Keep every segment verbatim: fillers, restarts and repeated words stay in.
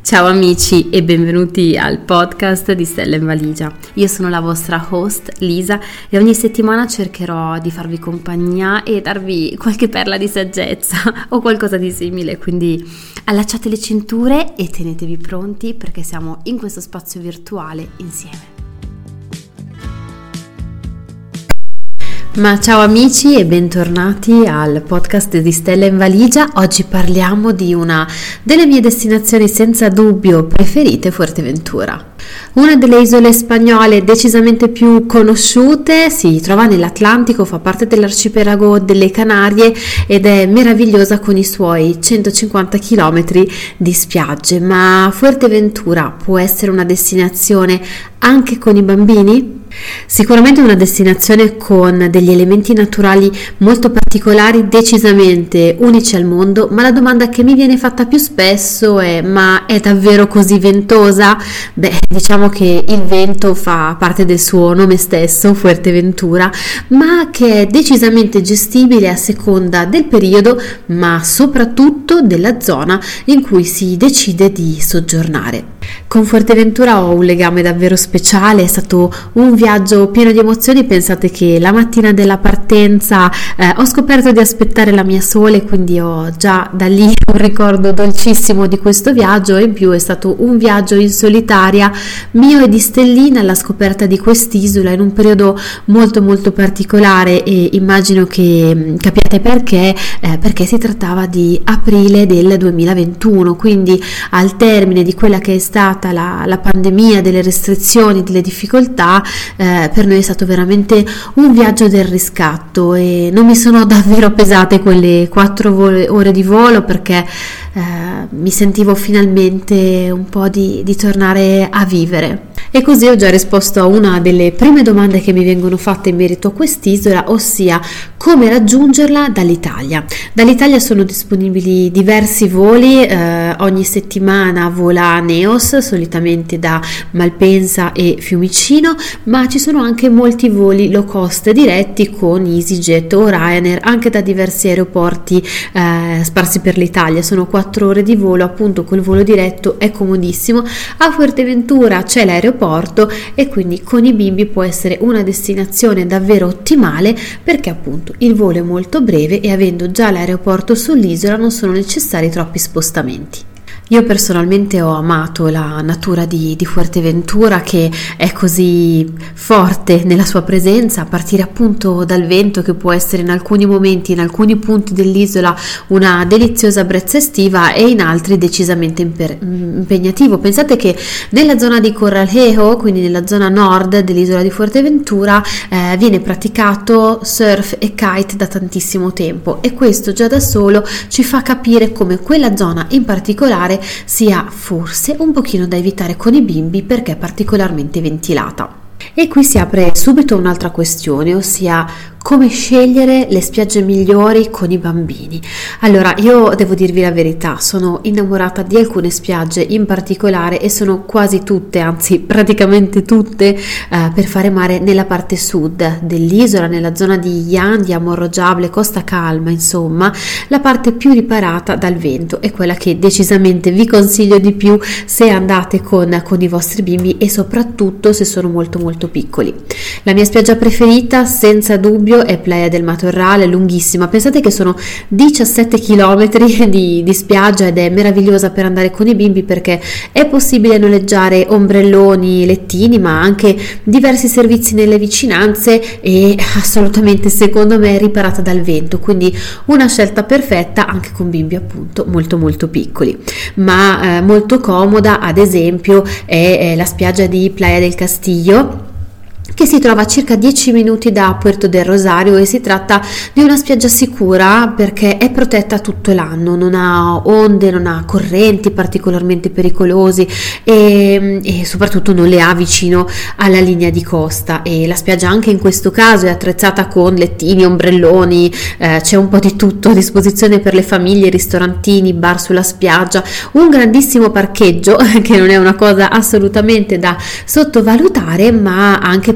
Ciao amici e benvenuti al podcast di Stella in Valigia. Io sono la vostra host Lisa e ogni settimana cercherò di farvi compagnia e darvi qualche perla di saggezza o qualcosa di simile, quindi allacciate le cinture e tenetevi pronti perché siamo in questo spazio virtuale insieme. Ma ciao amici e bentornati al podcast di Stella in Valigia. Oggi parliamo di una delle mie destinazioni senza dubbio preferite, Fuerteventura. Una delle isole spagnole decisamente più conosciute, si trova nell'Atlantico, fa parte dell'arcipelago delle Canarie ed è meravigliosa con i suoi centocinquanta chilometri di spiagge. Ma Fuerteventura può essere una destinazione anche con i bambini? Sicuramente una destinazione con degli elementi naturali molto particolari, decisamente unici al mondo, ma la domanda che mi viene fatta più spesso è: ma è davvero così ventosa? Beh, diciamo che il vento fa parte del suo nome stesso, Fuerteventura, ma che è decisamente gestibile a seconda del periodo, ma soprattutto della zona in cui si decide di soggiornare. Con Fuerteventura ho un legame davvero speciale, è stato un viaggio pieno di emozioni. Pensate che la mattina della partenza eh, ho scoperto di aspettare la mia sole, quindi ho già da lì un ricordo dolcissimo di questo viaggio, e in più è stato un viaggio in solitaria mio e di Stellina alla scoperta di quest'isola in un periodo molto molto particolare, e immagino che capiate perché, eh, perché si trattava di aprile del duemilaventuno, quindi al termine di quella che è stata La, la pandemia, delle restrizioni, delle difficoltà. Eh, per noi è stato veramente un viaggio del riscatto e non mi sono davvero pesate quelle quattro ore di volo, perché eh, mi sentivo finalmente un po' di, di tornare a vivere. E così ho già risposto a una delle prime domande che mi vengono fatte in merito a quest'isola, ossia come raggiungerla dall'Italia. Dall'Italia sono disponibili diversi voli, eh, ogni settimana vola Neos, solitamente da Malpensa e Fiumicino, ma ci sono anche molti voli low cost diretti con EasyJet o Ryanair, anche da diversi aeroporti eh, sparsi per l'Italia. Sono quattro ore di volo, appunto col volo diretto è comodissimo. A Fuerteventura c'è l'aeroporto e quindi con i bimbi può essere una destinazione davvero ottimale, perché appunto il volo è molto breve e avendo già l'aeroporto sull'isola non sono necessari troppi spostamenti. Io personalmente ho amato la natura di, di Fuerteventura, che è così forte nella sua presenza, a partire appunto dal vento che può essere in alcuni momenti, in alcuni punti dell'isola, una deliziosa brezza estiva e in altri decisamente imper- impegnativo. Pensate che nella zona di Corralejo, quindi nella zona nord dell'isola di Fuerteventura, eh, viene praticato surf e kite da tantissimo tempo, e questo già da solo ci fa capire come quella zona in particolare sia forse un pochino da evitare con i bimbi, perché è particolarmente ventilata. E qui si apre subito un'altra questione, ossia come scegliere le spiagge migliori con i bambini. Allora, io devo dirvi la verità, sono innamorata di alcune spiagge in particolare, e sono quasi tutte, anzi praticamente tutte, eh, per fare mare nella parte sud dell'isola, nella zona di Iandia, Morrojable, Costa Calma. Insomma, la parte più riparata dal vento è quella che decisamente vi consiglio di più se andate con, con i vostri bimbi, e soprattutto se sono molto molto piccoli. La mia spiaggia preferita senza dubbio è Playa del Matorral, lunghissima, pensate che sono diciassette chilometri di, di spiaggia, ed è meravigliosa per andare con i bimbi perché è possibile noleggiare ombrelloni, lettini, ma anche diversi servizi nelle vicinanze, e assolutamente secondo me è riparata dal vento, quindi una scelta perfetta anche con bimbi appunto molto molto piccoli. Ma eh, molto comoda ad esempio è, è la spiaggia di Playa del Castillo, che si trova a circa dieci minuti da Puerto del Rosario, e si tratta di una spiaggia sicura perché è protetta tutto l'anno, non ha onde, non ha correnti particolarmente pericolosi, e, e soprattutto non le ha vicino alla linea di costa. E la spiaggia anche in questo caso è attrezzata con lettini, ombrelloni, eh, c'è un po' di tutto a disposizione per le famiglie, ristorantini, bar sulla spiaggia, un grandissimo parcheggio che non è una cosa assolutamente da sottovalutare, ma anche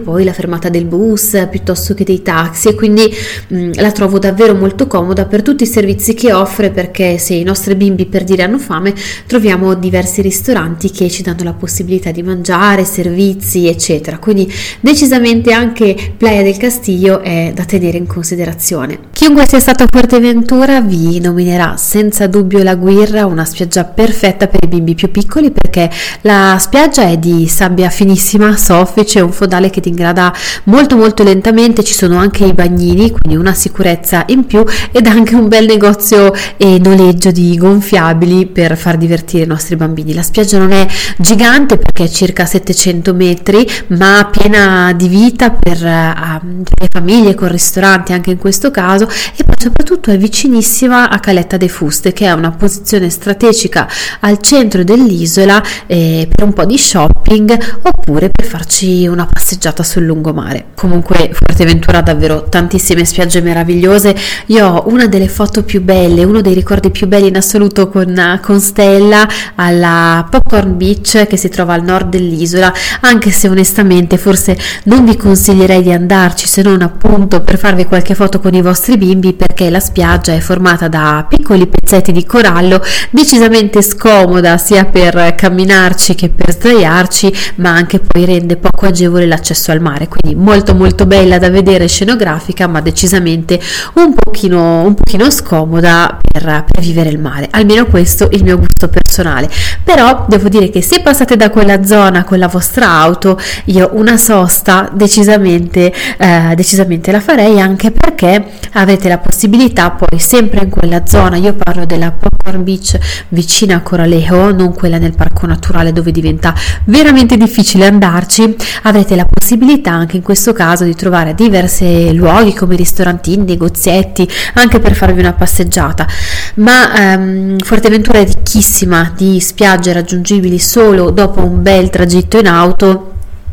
poi la fermata del bus piuttosto che dei taxi, e quindi mh, la trovo davvero molto comoda per tutti i servizi che offre, perché se i nostri bimbi per dire hanno fame troviamo diversi ristoranti che ci danno la possibilità di mangiare, servizi eccetera, quindi decisamente anche Playa del Castillo è da tenere in considerazione. Chiunque sia stato a Fuerteventura vi nominerà senza dubbio la Guirra una spiaggia perfetta per i bimbi più piccoli, perché la spiaggia è di sabbia finissima, soffice, un fondale che ti ingrada molto molto lentamente, ci sono anche i bagnini, quindi una sicurezza in più, ed anche un bel negozio e noleggio di gonfiabili per far divertire i nostri bambini. La spiaggia non è gigante perché è circa settecento metri, ma piena di vita per, uh, per le famiglie, con ristoranti anche in questo caso, e poi soprattutto è vicinissima a Caleta de Fuste, che è una posizione strategica al centro dell'isola eh, per un po' di shopping oppure per farci una passeggiata sul lungomare. Comunque Fuerteventura ha davvero tantissime spiagge meravigliose. Io ho una delle foto più belle, uno dei ricordi più belli in assoluto con, con Stella alla Popcorn Beach, che si trova al nord dell'isola, anche se onestamente forse non vi consiglierei di andarci se non appunto per farvi qualche foto con i vostri bimbi, perché la spiaggia è formata da piccoli pezzetti di corallo, decisamente scomoda sia per camminarci che per sdraiarci, ma anche poi rende poco agevole l'accesso al mare, quindi molto molto bella da vedere, scenografica, ma decisamente un pochino, un pochino scomoda per, per vivere il mare, almeno questo è il mio gusto personale. Però devo dire che se passate da quella zona con la vostra auto, io una sosta decisamente, eh, decisamente la farei, anche perché avete la possibilità poi sempre in quella zona, io parlo della Popcorn Beach vicina a Coralejo, non quella nel parco naturale dove diventa veramente difficile andarci, avrete la possibilità anche in questo caso di trovare diversi luoghi come ristorantini, negozietti, anche per farvi una passeggiata. Ma ehm, Fuerteventura è ricchissima di spiagge raggiungibili solo dopo un bel tragitto in auto,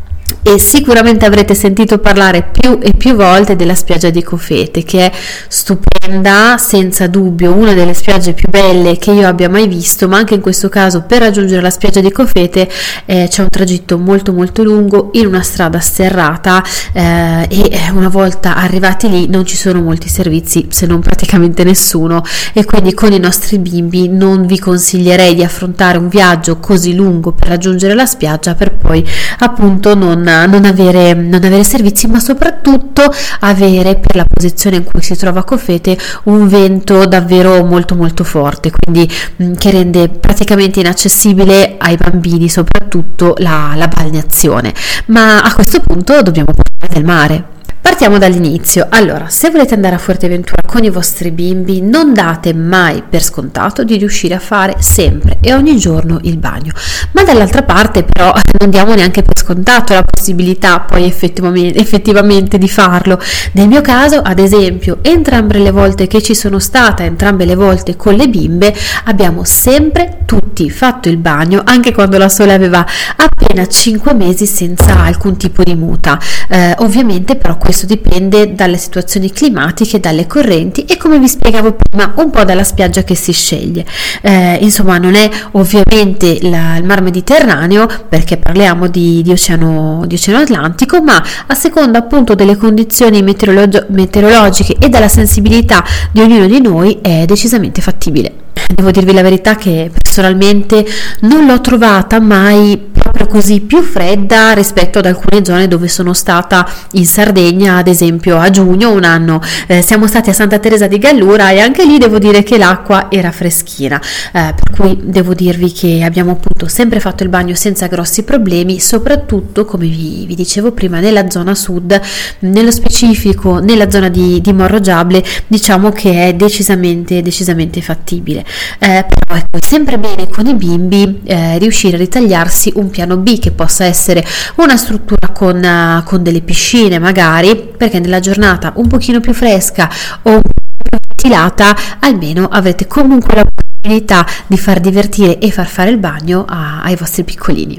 e sicuramente avrete sentito parlare più e più volte della spiaggia di Cofete, che è stupenda, senza dubbio una delle spiagge più belle che io abbia mai visto, ma anche in questo caso per raggiungere la spiaggia di Cofete eh, c'è un tragitto molto molto lungo in una strada sterrata eh, e una volta arrivati lì non ci sono molti servizi, se non praticamente nessuno, e quindi con i nostri bimbi non vi consiglierei di affrontare un viaggio così lungo per raggiungere la spiaggia per poi appunto non Non avere, non avere servizi, ma soprattutto avere, per la posizione in cui si trova Cofete, un vento davvero molto molto forte, quindi mh, che rende praticamente inaccessibile ai bambini soprattutto la, la balneazione. Ma a questo punto dobbiamo parlare del mare. Partiamo dall'inizio. Allora, se volete andare a Fuerteventura con i vostri bimbi, non date mai per scontato di riuscire a fare sempre e ogni giorno il bagno, ma dall'altra parte però non diamo neanche per scontato la possibilità poi effettivamente, effettivamente di farlo. Nel mio caso, ad esempio, entrambe le volte che ci sono stata, entrambe le volte con le bimbe, abbiamo sempre tutti fatto il bagno, anche quando la Sole aveva appena cinque mesi, senza alcun tipo di muta. Eh, ovviamente però questo dipende dalle situazioni climatiche, dalle correnti e, come vi spiegavo prima, un po' dalla spiaggia che si sceglie. Eh, insomma, non è ovviamente la, il Mar Mediterraneo, perché parliamo di, di, oceano, di oceano Atlantico, ma a seconda appunto delle condizioni meteorolog- meteorologiche e dalla sensibilità di ognuno di noi è decisamente fattibile. Devo dirvi la verità che personalmente non l'ho trovata mai proprio così più fredda rispetto ad alcune zone dove sono stata in Sardegna, ad esempio a giugno un anno eh, siamo stati a Santa Teresa di Gallura e anche lì devo dire che l'acqua era freschina, eh, per cui devo dirvi che abbiamo appunto sempre fatto il bagno senza grossi problemi, soprattutto come vi, vi dicevo prima nella zona sud, nello specifico nella zona di, di Morro Giable, diciamo che è decisamente decisamente fattibile. Eh, però ecco, è sempre bene con i bimbi eh, riuscire a ritagliarsi un piano B, che possa essere una struttura con, uh, con delle piscine magari, perché nella giornata un pochino più fresca o un po' più ventilata almeno avrete comunque la possibilità di far divertire e far fare il bagno a, ai vostri piccolini.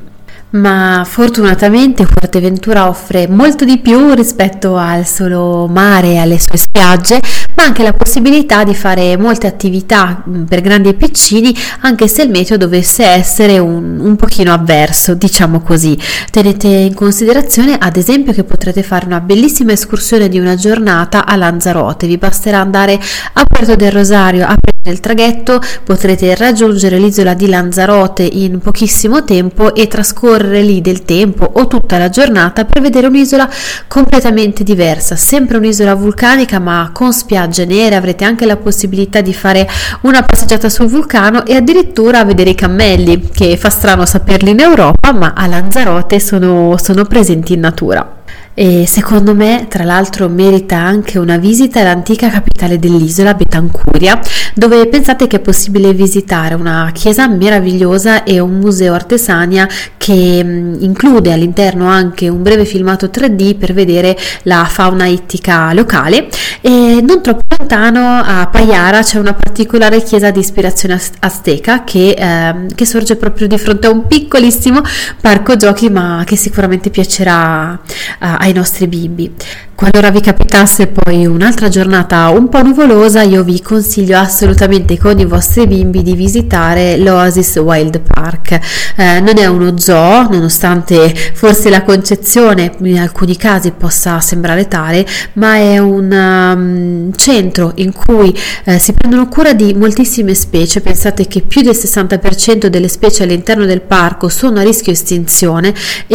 Ma fortunatamente Fuerteventura offre molto di più rispetto al solo mare e alle sue spiagge, ma anche la possibilità di fare molte attività per grandi e piccini, anche se il meteo dovesse essere un, un pochino avverso, diciamo così. Tenete in considerazione ad esempio che potrete fare una bellissima escursione di una giornata a Lanzarote. Vi basterà andare a Puerto del Rosario a prendere il traghetto, potrete raggiungere l'isola di Lanzarote in pochissimo tempo e trascorrere lì del tempo o tutta la giornata per vedere un'isola completamente diversa, sempre un'isola vulcanica ma con spiagge nere. Avrete anche la possibilità di fare una passeggiata sul vulcano e addirittura vedere i cammelli, che fa strano saperli in Europa, ma a Lanzarote sono, sono presenti in natura. E secondo me, tra l'altro, merita anche una visita all'antica capitale dell'isola, Betancuria, dove pensate che è possibile visitare una chiesa meravigliosa e un museo artesania che mh, include all'interno anche un breve filmato tre D per vedere la fauna ittica locale. E non troppo lontano, a Payara, c'è una particolare chiesa di ispirazione azteca che, eh, che sorge proprio di fronte a un piccolissimo parco giochi, ma che sicuramente piacerà a ai nostri bimbi. Qualora vi capitasse poi un'altra giornata un po' nuvolosa, io vi consiglio assolutamente con i vostri bimbi di visitare l'Oasis Wild Park. Eh, non è uno zoo, nonostante forse la concezione in alcuni casi possa sembrare tale, ma è un um, centro in cui eh, si prendono cura di moltissime specie. Pensate che più del sessanta per cento delle specie all'interno del parco sono a rischio estinzione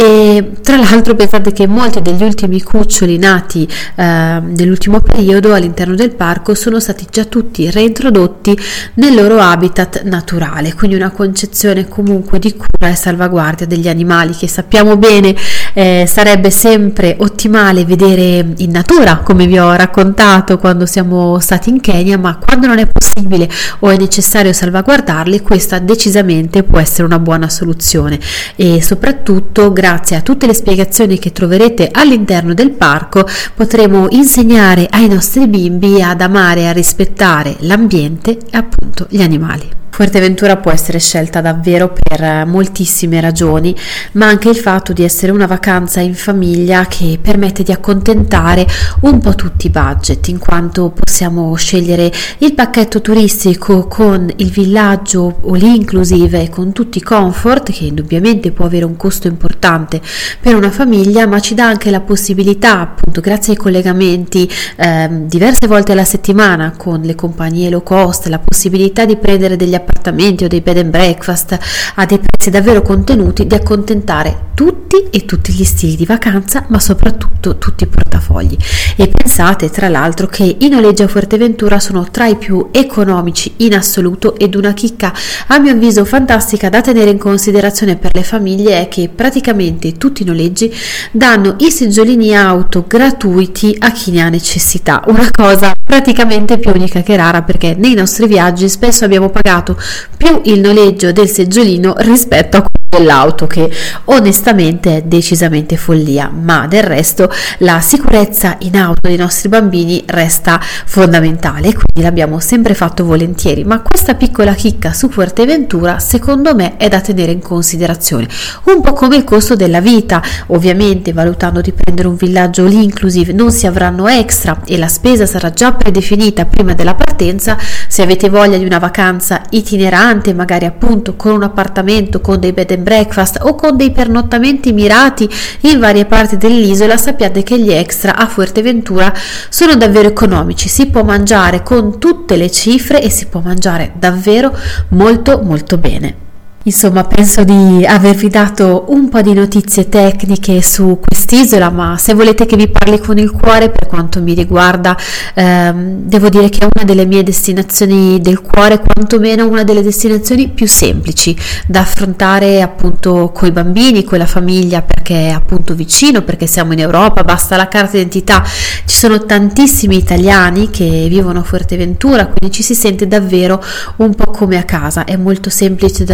e tra l'altro pensate che molti degli ultimi cuccioli nati eh, nell'ultimo periodo all'interno del parco sono stati già tutti reintrodotti nel loro habitat naturale, quindi una concezione comunque di cura e salvaguardia degli animali che sappiamo bene eh, sarebbe sempre ottimale vedere in natura, come vi ho raccontato quando siamo stati in Kenya, ma quando non è possibile o è necessario salvaguardarli, questa decisamente può essere una buona soluzione. E soprattutto grazie a tutte le spiegazioni che troverete all'interno del parco potremo insegnare ai nostri bimbi ad amare e a rispettare l'ambiente e appunto gli animali. Fuerteventura può essere scelta davvero per moltissime ragioni, ma anche il fatto di essere una vacanza in famiglia che permette di accontentare un po' tutti i budget, in quanto possiamo scegliere il pacchetto turistico con il villaggio all inclusive e con tutti i comfort, che indubbiamente può avere un costo importante per una famiglia, ma ci dà anche la possibilità, appunto grazie ai collegamenti eh, diverse volte alla settimana con le compagnie low cost, la possibilità di prendere degli appartamenti o dei bed and breakfast a dei prezzi davvero contenuti, di accontentare tutti e tutti gli stili di vacanza, ma soprattutto tutti i portafogli. E pensate tra l'altro che i noleggi a Fuerteventura sono tra i più economici in assoluto, ed una chicca a mio avviso fantastica da tenere in considerazione per le famiglie è che praticamente tutti i noleggi danno i seggiolini auto gratuiti a chi ne ha necessità, una cosa praticamente più unica che rara, perché nei nostri viaggi spesso abbiamo pagato più il noleggio del seggiolino rispetto a quello dell'auto, che onestamente è decisamente follia, ma del resto la sicurezza in auto dei nostri bambini resta fondamentale, quindi l'abbiamo sempre fatto volentieri. Ma questa piccola chicca su Fuerteventura secondo me è da tenere in considerazione, un po' come il costo della vita. Ovviamente, valutando di prendere un villaggio all inclusive, non si avranno extra e la spesa sarà già predefinita prima della partenza. Se avete voglia di una vacanza itinerante, magari appunto con un appartamento, con dei bed and breakfast o con dei pernottamenti mirati in varie parti dell'isola, sappiate che gli extra a Fuerteventura sono davvero economici, si può mangiare con tutte le cifre e si può mangiare davvero molto molto bene. Insomma, penso di avervi dato un po' di notizie tecniche su quest'isola, ma se volete che vi parli con il cuore, per quanto mi riguarda, ehm, devo dire che è una delle mie destinazioni del cuore, quantomeno una delle destinazioni più semplici da affrontare appunto coi bambini, con la famiglia, perché è appunto vicino, perché siamo in Europa, basta la carta d'identità. Ci sono tantissimi italiani che vivono a Fuerteventura, quindi ci si sente davvero un po' come a casa, è molto semplice da girare,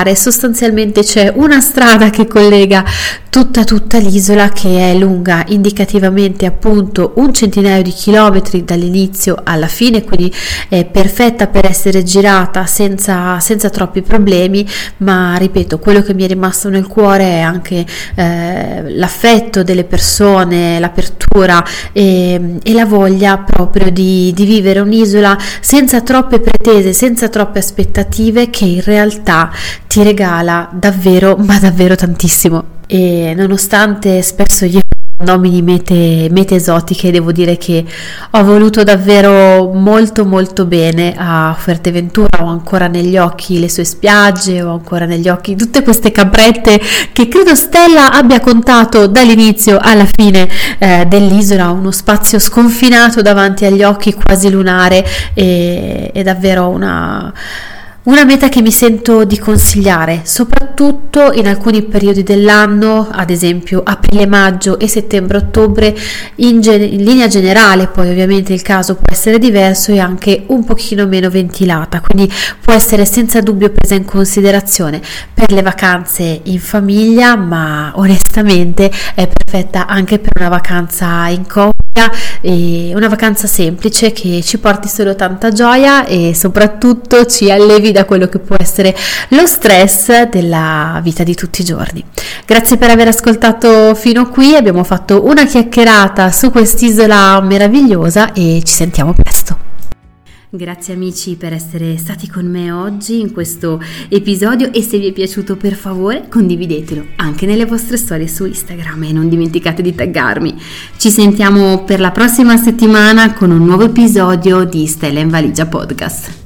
mare. Sostanzialmente c'è una strada che collega tutta tutta l'isola, che è lunga indicativamente appunto un centinaio di chilometri dall'inizio alla fine, quindi è perfetta per essere girata senza, senza troppi problemi. Ma ripeto, quello che mi è rimasto nel cuore è anche eh, l'affetto delle persone, l'apertura e, e la voglia proprio di, di vivere un'isola senza troppe pretese, senza troppe aspettative, che in realtà ti regala davvero, ma davvero tantissimo. E nonostante spesso io nomini mete, mete esotiche, devo dire che ho voluto davvero molto molto bene a Fuerteventura. Ho ancora negli occhi le sue spiagge, ho ancora negli occhi tutte queste caprette che credo Stella abbia contato dall'inizio alla fine eh, dell'isola, uno spazio sconfinato davanti agli occhi, quasi lunare, e è davvero una Una meta che mi sento di consigliare, soprattutto in alcuni periodi dell'anno, ad esempio aprile-maggio e settembre-ottobre, in, gen- in linea generale. Poi ovviamente il caso può essere diverso e anche un pochino meno ventilata, quindi può essere senza dubbio presa in considerazione per le vacanze in famiglia, ma onestamente è perfetta anche per una vacanza in coppia, e una vacanza semplice che ci porti solo tanta gioia e soprattutto ci allevi da quello che può essere lo stress della vita di tutti i giorni. Grazie per aver ascoltato fino qui, abbiamo fatto una chiacchierata su quest'isola meravigliosa e ci sentiamo presto. Grazie amici per essere stati con me oggi in questo episodio, e se vi è piaciuto per favore condividetelo anche nelle vostre storie su Instagram e non dimenticate di taggarmi. Ci sentiamo per la prossima settimana con un nuovo episodio di Stella in Valigia Podcast.